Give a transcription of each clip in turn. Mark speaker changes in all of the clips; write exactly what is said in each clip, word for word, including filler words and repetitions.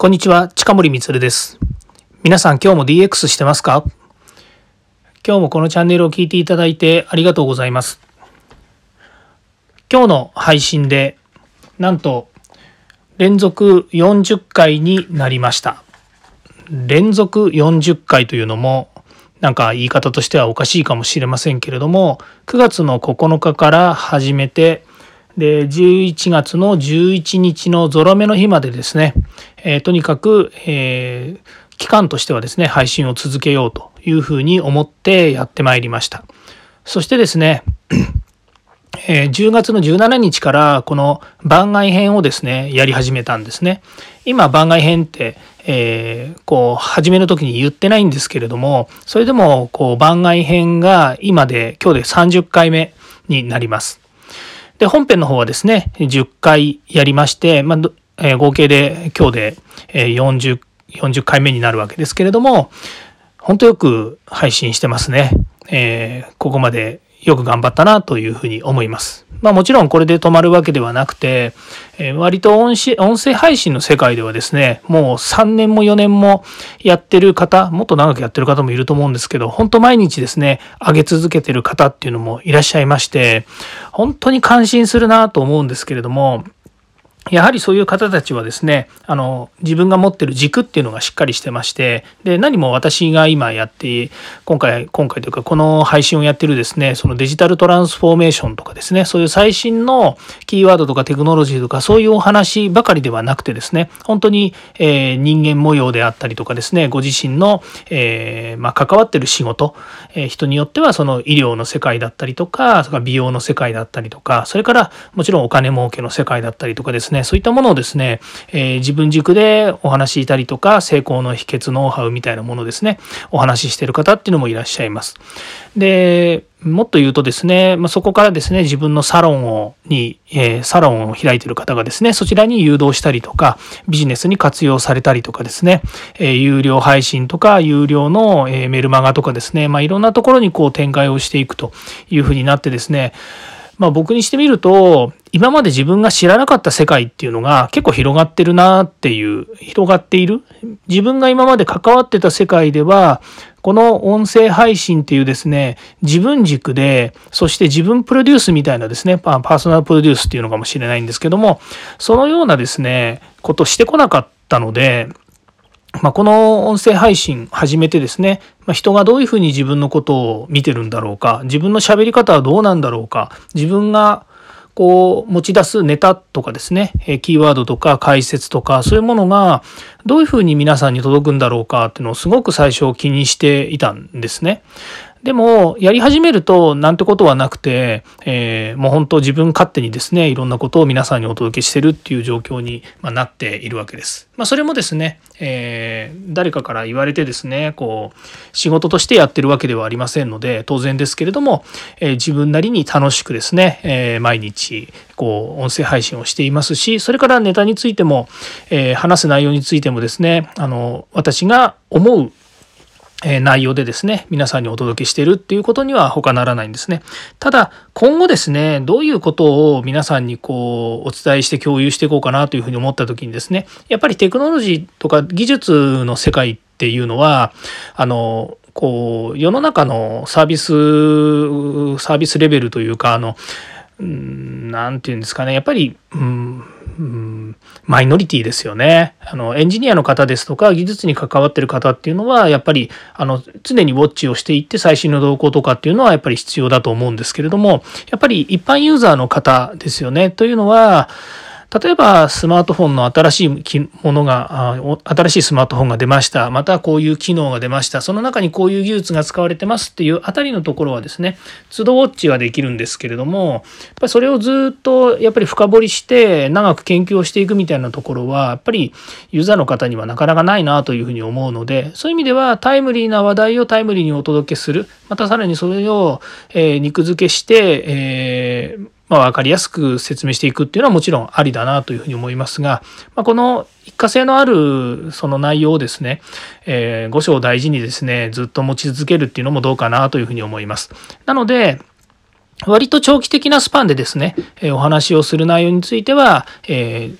Speaker 1: こんにちは、近森光です。皆さん今日も ディーエックス してますか？今日もこのチャンネルを聞いていただいてありがとうございます。今日の配信でなんと連続よんじゅっかいになりました。連続よんじゅっかいというのもなんか言い方としてはおかしいかもしれませんけれども、くがつのここのかから始めて、でじゅういちがつのじゅういちにちのゾロ目の日までですね、えー、とにかく、えー、期間としてはですね配信を続けようというふうに思ってやってまいりました。そしてですね、えー、じゅうがつのじゅうしちにちからこの番外編をですねやり始めたんですね。今番外編って、えー、こう始めの時に言ってないんですけれども、それでもこう番外編が今で今日でさんじゅっかいめになります。で本編の方はですねじゅっかいやりまして、まあえー、合計で今日でよんじゅう、よんじゅっかいめになるわけですけれども、本当よく配信してますね。えー、ここまでよく頑張ったなというふうに思います。まあもちろんこれで止まるわけではなくて、えー、割と音声、音声配信の世界ではですね、もうさんねんもよねんもやってる方、もっと長くやってる方もいると思うんですけど、本当毎日ですね、上げ続けてる方っていうのもいらっしゃいまして、本当に感心するなと思うんですけれども、やはりそういう方たちはですね、あの自分が持ってる軸っていうのがしっかりしてまして、で何も私が今やって今回今回というかこの配信をやってるですね、そのデジタルトランスフォーメーションとかですね、そういう最新のキーワードとかテクノロジーとかそういうお話ばかりではなくてですね、本当に、えー、人間模様であったりとかですね、ご自身の、えーまあ、関わってる仕事、えー、人によってはその医療の世界だったりとか、それから美容の世界だったりとか、それからもちろんお金儲けの世界だったりとかですね、そういったものをですね、えー、自分軸でお話しいたりとか、成功の秘訣ノウハウみたいなものですね、お話ししている方っていうのもいらっしゃいます。でもっと言うとですね、まあ、そこからですね自分のサロンをに、えー、サロンを開いている方がですね、そちらに誘導したりとかビジネスに活用されたりとかですね、えー、有料配信とか有料の、えー、メルマガとかですね、まあ、いろんなところにこう展開をしていくというふうになってですね、まあ、僕にしてみると今まで自分が知らなかった世界っていうのが結構広がってるなっていう広がっている自分が今まで関わってた世界ではこの音声配信っていうですね自分軸で、そして自分プロデュースみたいなですねパーソナルプロデュースっていうのかもしれないんですけども、そのようなですねことしてこなかったので、まあ、この音声配信始めてですね、まあ、人がどういうふうに自分のことを見てるんだろうか、自分の喋り方はどうなんだろうか、自分がこう持ち出すネタとかですね、キーワードとか解説とかそういうものがどういうふうに皆さんに届くんだろうかっていうのをすごく最初気にしていたんですね。でもやり始めるとなんてことはなくて、えー、もう本当自分勝手にですねいろんなことを皆さんにお届けしてるっていう状況になっているわけです。まあ、それもですね、えー、誰かから言われてですねこう仕事としてやってるわけではありませんので当然ですけれども、えー、自分なりに楽しくですね、えー、毎日こう音声配信をしていますし、それからネタについても、えー、話す内容についてもですねあの私が思う内容でですね皆さんにお届けしているっていうことには他ならないんですね。ただ今後ですねどういうことを皆さんにこうお伝えして共有していこうかなというふうに思った時にですね、やっぱりテクノロジーとか技術の世界っていうのはあのこう世の中のサービスサービスレベルというかあの何て言うんですかね、やっぱりうんうんマイノリティですよね。あのエンジニアの方ですとか技術に関わってる方っていうのはやっぱりあの常にウォッチをしていって最新の動向とかっていうのはやっぱり必要だと思うんですけれども、やっぱり一般ユーザーの方ですよね。というのは例えばスマートフォンの新しいものが新しいスマートフォンが出ました、またこういう機能が出ました、その中にこういう技術が使われてますっていうあたりのところはですね都度ウォッチはできるんですけれども、やっぱりそれをずっとやっぱり深掘りして長く研究をしていくみたいなところはやっぱりユーザーの方にはなかなかないなというふうに思うので、そういう意味ではタイムリーな話題をタイムリーにお届けする、またさらにそれを、えー、肉付けして、えーまあ、分かりやすく説明していくっていうのはもちろんありだなというふうに思いますが、まあ、この一過性のあるその内容をですね、えー、五章大事にですねずっと持ち続けるっていうのもどうかなというふうに思います。なので割と長期的なスパンでですね、えー、お話をする内容については、えー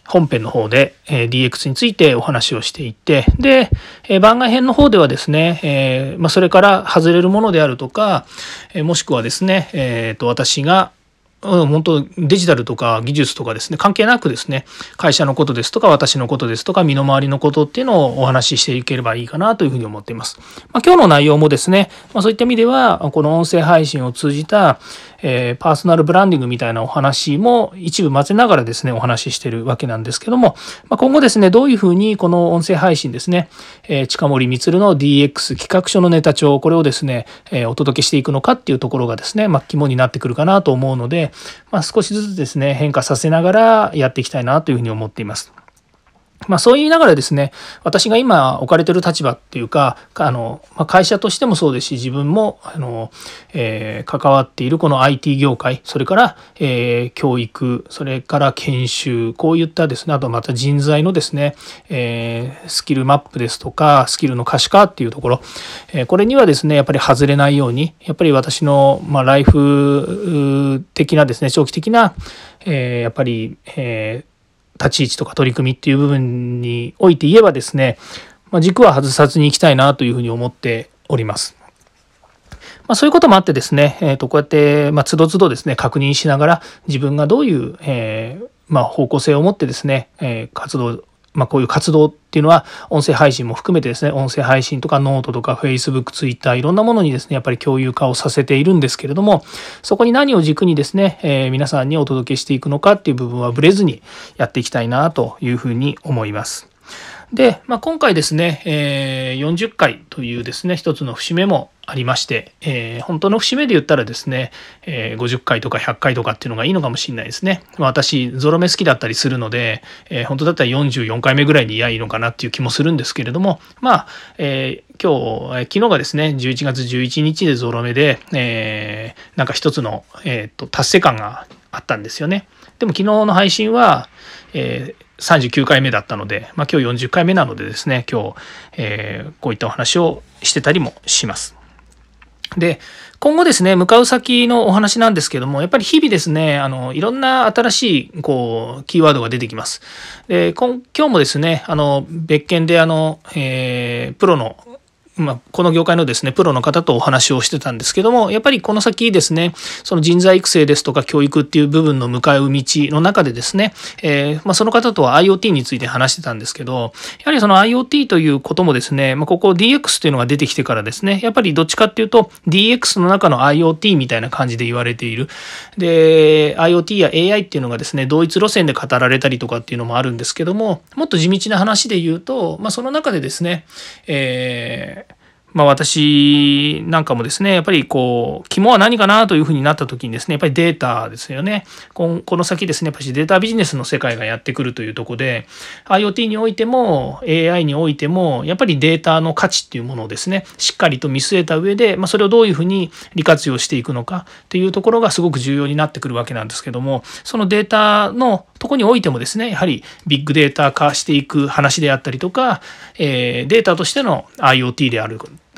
Speaker 1: 本編の方で ディーエックス についてお話をしていて、で、番外編の方ではですね、えーまあ、それから外れるものであるとか、もしくはですね、えーと、私がうん、本当デジタルとか技術とかですね関係なくですね会社のことですとか私のことですとか身の回りのことっていうのをお話ししていければいいかなというふうに思っています。まあ、今日の内容もですね、まあ、そういった意味ではこの音声配信を通じた、えー、パーソナルブランディングみたいなお話も一部混ぜながらですねお話ししているわけなんですけども、まあ、今後ですねどういうふうにこの音声配信ですね、えー、近森光の ディーエックス 企画書のネタ帳これをですね、えー、お届けしていくのかっていうところがですね、まあ、肝になってくるかなと思うので、まあ、少しずつですね変化させながらやっていきたいなというふうに思っています。まあ、そう言いながらですね私が今置かれている立場っていうかあの、まあ、会社としてもそうですし自分もあの、えー、関わっているこの アイティー 業界それから、えー、教育それから研修こういったですねあとまた人材のですね、えー、スキルマップですとかスキルの可視化っていうところ、えー、これにはですねやっぱり外れないようにやっぱり私の、まあ、ライフ的なですね長期的な、えー、やっぱり、えー立ち位置とか取り組みっていう部分において言えばですね、まあ、軸は外さずにいきたいなというふうに思っております。まあ、そういうこともあってですね、えー、とこうやってまあつどつどですね確認しながら自分がどういう、えーまあ、方向性を持ってですね、えー、活動まあ、こういう活動っていうのは音声配信も含めてですね音声配信とかノートとか Facebook、Twitter いろんなものにですねやっぱり共有化をさせているんですけれどもそこに何を軸にですね、えー、皆さんにお届けしていくのかっていう部分はブレずにやっていきたいなというふうに思います。で、まあ、今回ですね、えー、よんじゅっかいというですね一つの節目もありまして、えー、本当の節目で言ったらですね、えー、ごじゅっかいとかひゃっかいとかっていうのがいいのかもしれないですね。私ゾロ目好きだったりするので、えー、本当だったらよんじゅうよんかいめぐらいにいやいいのかなっていう気もするんですけれどもまあ、えー、今日昨日がですねじゅういちがつじゅういちにちでゾロ目で、えー、なんか一つの、えー、と達成感があったんですよね。でも昨日の配信は、えーさんじゅうきゅうかいめだったので、まあ、今日よんじゅっかいめなのでですね今日、えー、こういったお話をしてたりもします。で今後ですね向かう先のお話なんですけどもやっぱり日々ですねあのいろんな新しいこうキーワードが出てきます。で今今日もですねあの別件であの、えー、プロのまあ、この業界のですねプロの方とお話をしてたんですけどもやっぱりこの先ですねその人材育成ですとか教育っていう部分の向かう道の中でですね、えーまあ、その方とは IoT について話してたんですけどやはりその IoT ということもですね、まあ、ここ ディーエックス というのが出てきてからですねやっぱりどっちかっていうと ディーエックス の中の IoT みたいな感じで言われているで IoT や エーアイ っていうのがですね同一路線で語られたりとかっていうのもあるんですけどももっと地道な話で言うと、まあ、その中でですね、えーまあ私なんかもですねやっぱりこう肝は何かなというふうになった時にですねやっぱりデータですよね。この先ですねやっぱりデータビジネスの世界がやってくるというところで IoT においても エーアイ においてもやっぱりデータの価値っていうものをですねしっかりと見据えた上で、まあ、それをどういうふうに利活用していくのかっていうところがすごく重要になってくるわけなんですけどもそのデータのとこにおいてもですねやはりビッグデータ化していく話であったりとか、えー、データとしての IoT である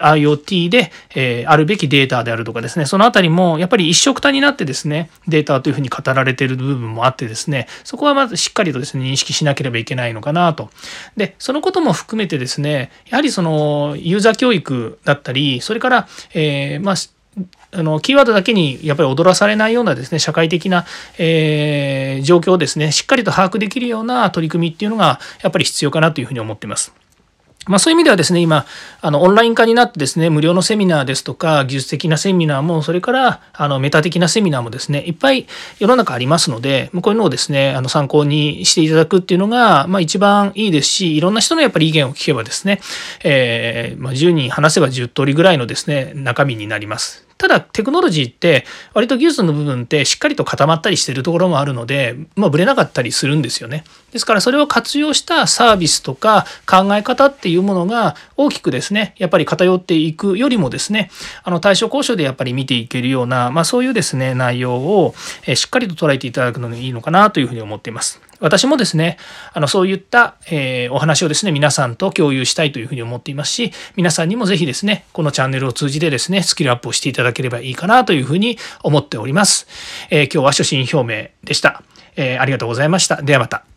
Speaker 1: IoT で、えー、あるべきデータであるとかですねそのあたりもやっぱり一緒くたになってですねデータというふうに語られている部分もあってですねそこはまずしっかりとですね認識しなければいけないのかなと。でそのことも含めてですねやはりそのユーザー教育だったりそれから、えー、まああのキーワードだけにやっぱり踊らされないようなですね社会的な、えー、状況をですねしっかりと把握できるような取り組みっていうのがやっぱり必要かなというふうに思っています。まあ、そういう意味ではですね今あのオンライン化になってですね無料のセミナーですとか技術的なセミナーもそれからあのメタ的なセミナーもですねいっぱい世の中ありますのでこういうのをですねあの参考にしていただくっていうのが、まあ、一番いいですしいろんな人のやっぱり意見を聞けばですね、えーまあ、じゅうにん話せばじゅう通りぐらいのですね中身になります。ただテクノロジーって割と技術の部分ってしっかりと固まったりしているところもあるので、まあ、ぶれなかったりするんですよね。ですからそれを活用したサービスとか考え方っていうものが大きくですねやっぱり偏っていくよりもですねあの対処交渉でやっぱり見ていけるような、まあ、そういうですね内容をしっかりと捉えていただくのがいいのかなというふうに思っています。私もですねあのそういった、えー、お話をですね皆さんと共有したいというふうに思っていますし皆さんにもぜひですねこのチャンネルを通じてですねスキルアップをしていただければいいかなというふうに思っております。えー、今日は所信表明でした。えー、ありがとうございました。ではまた。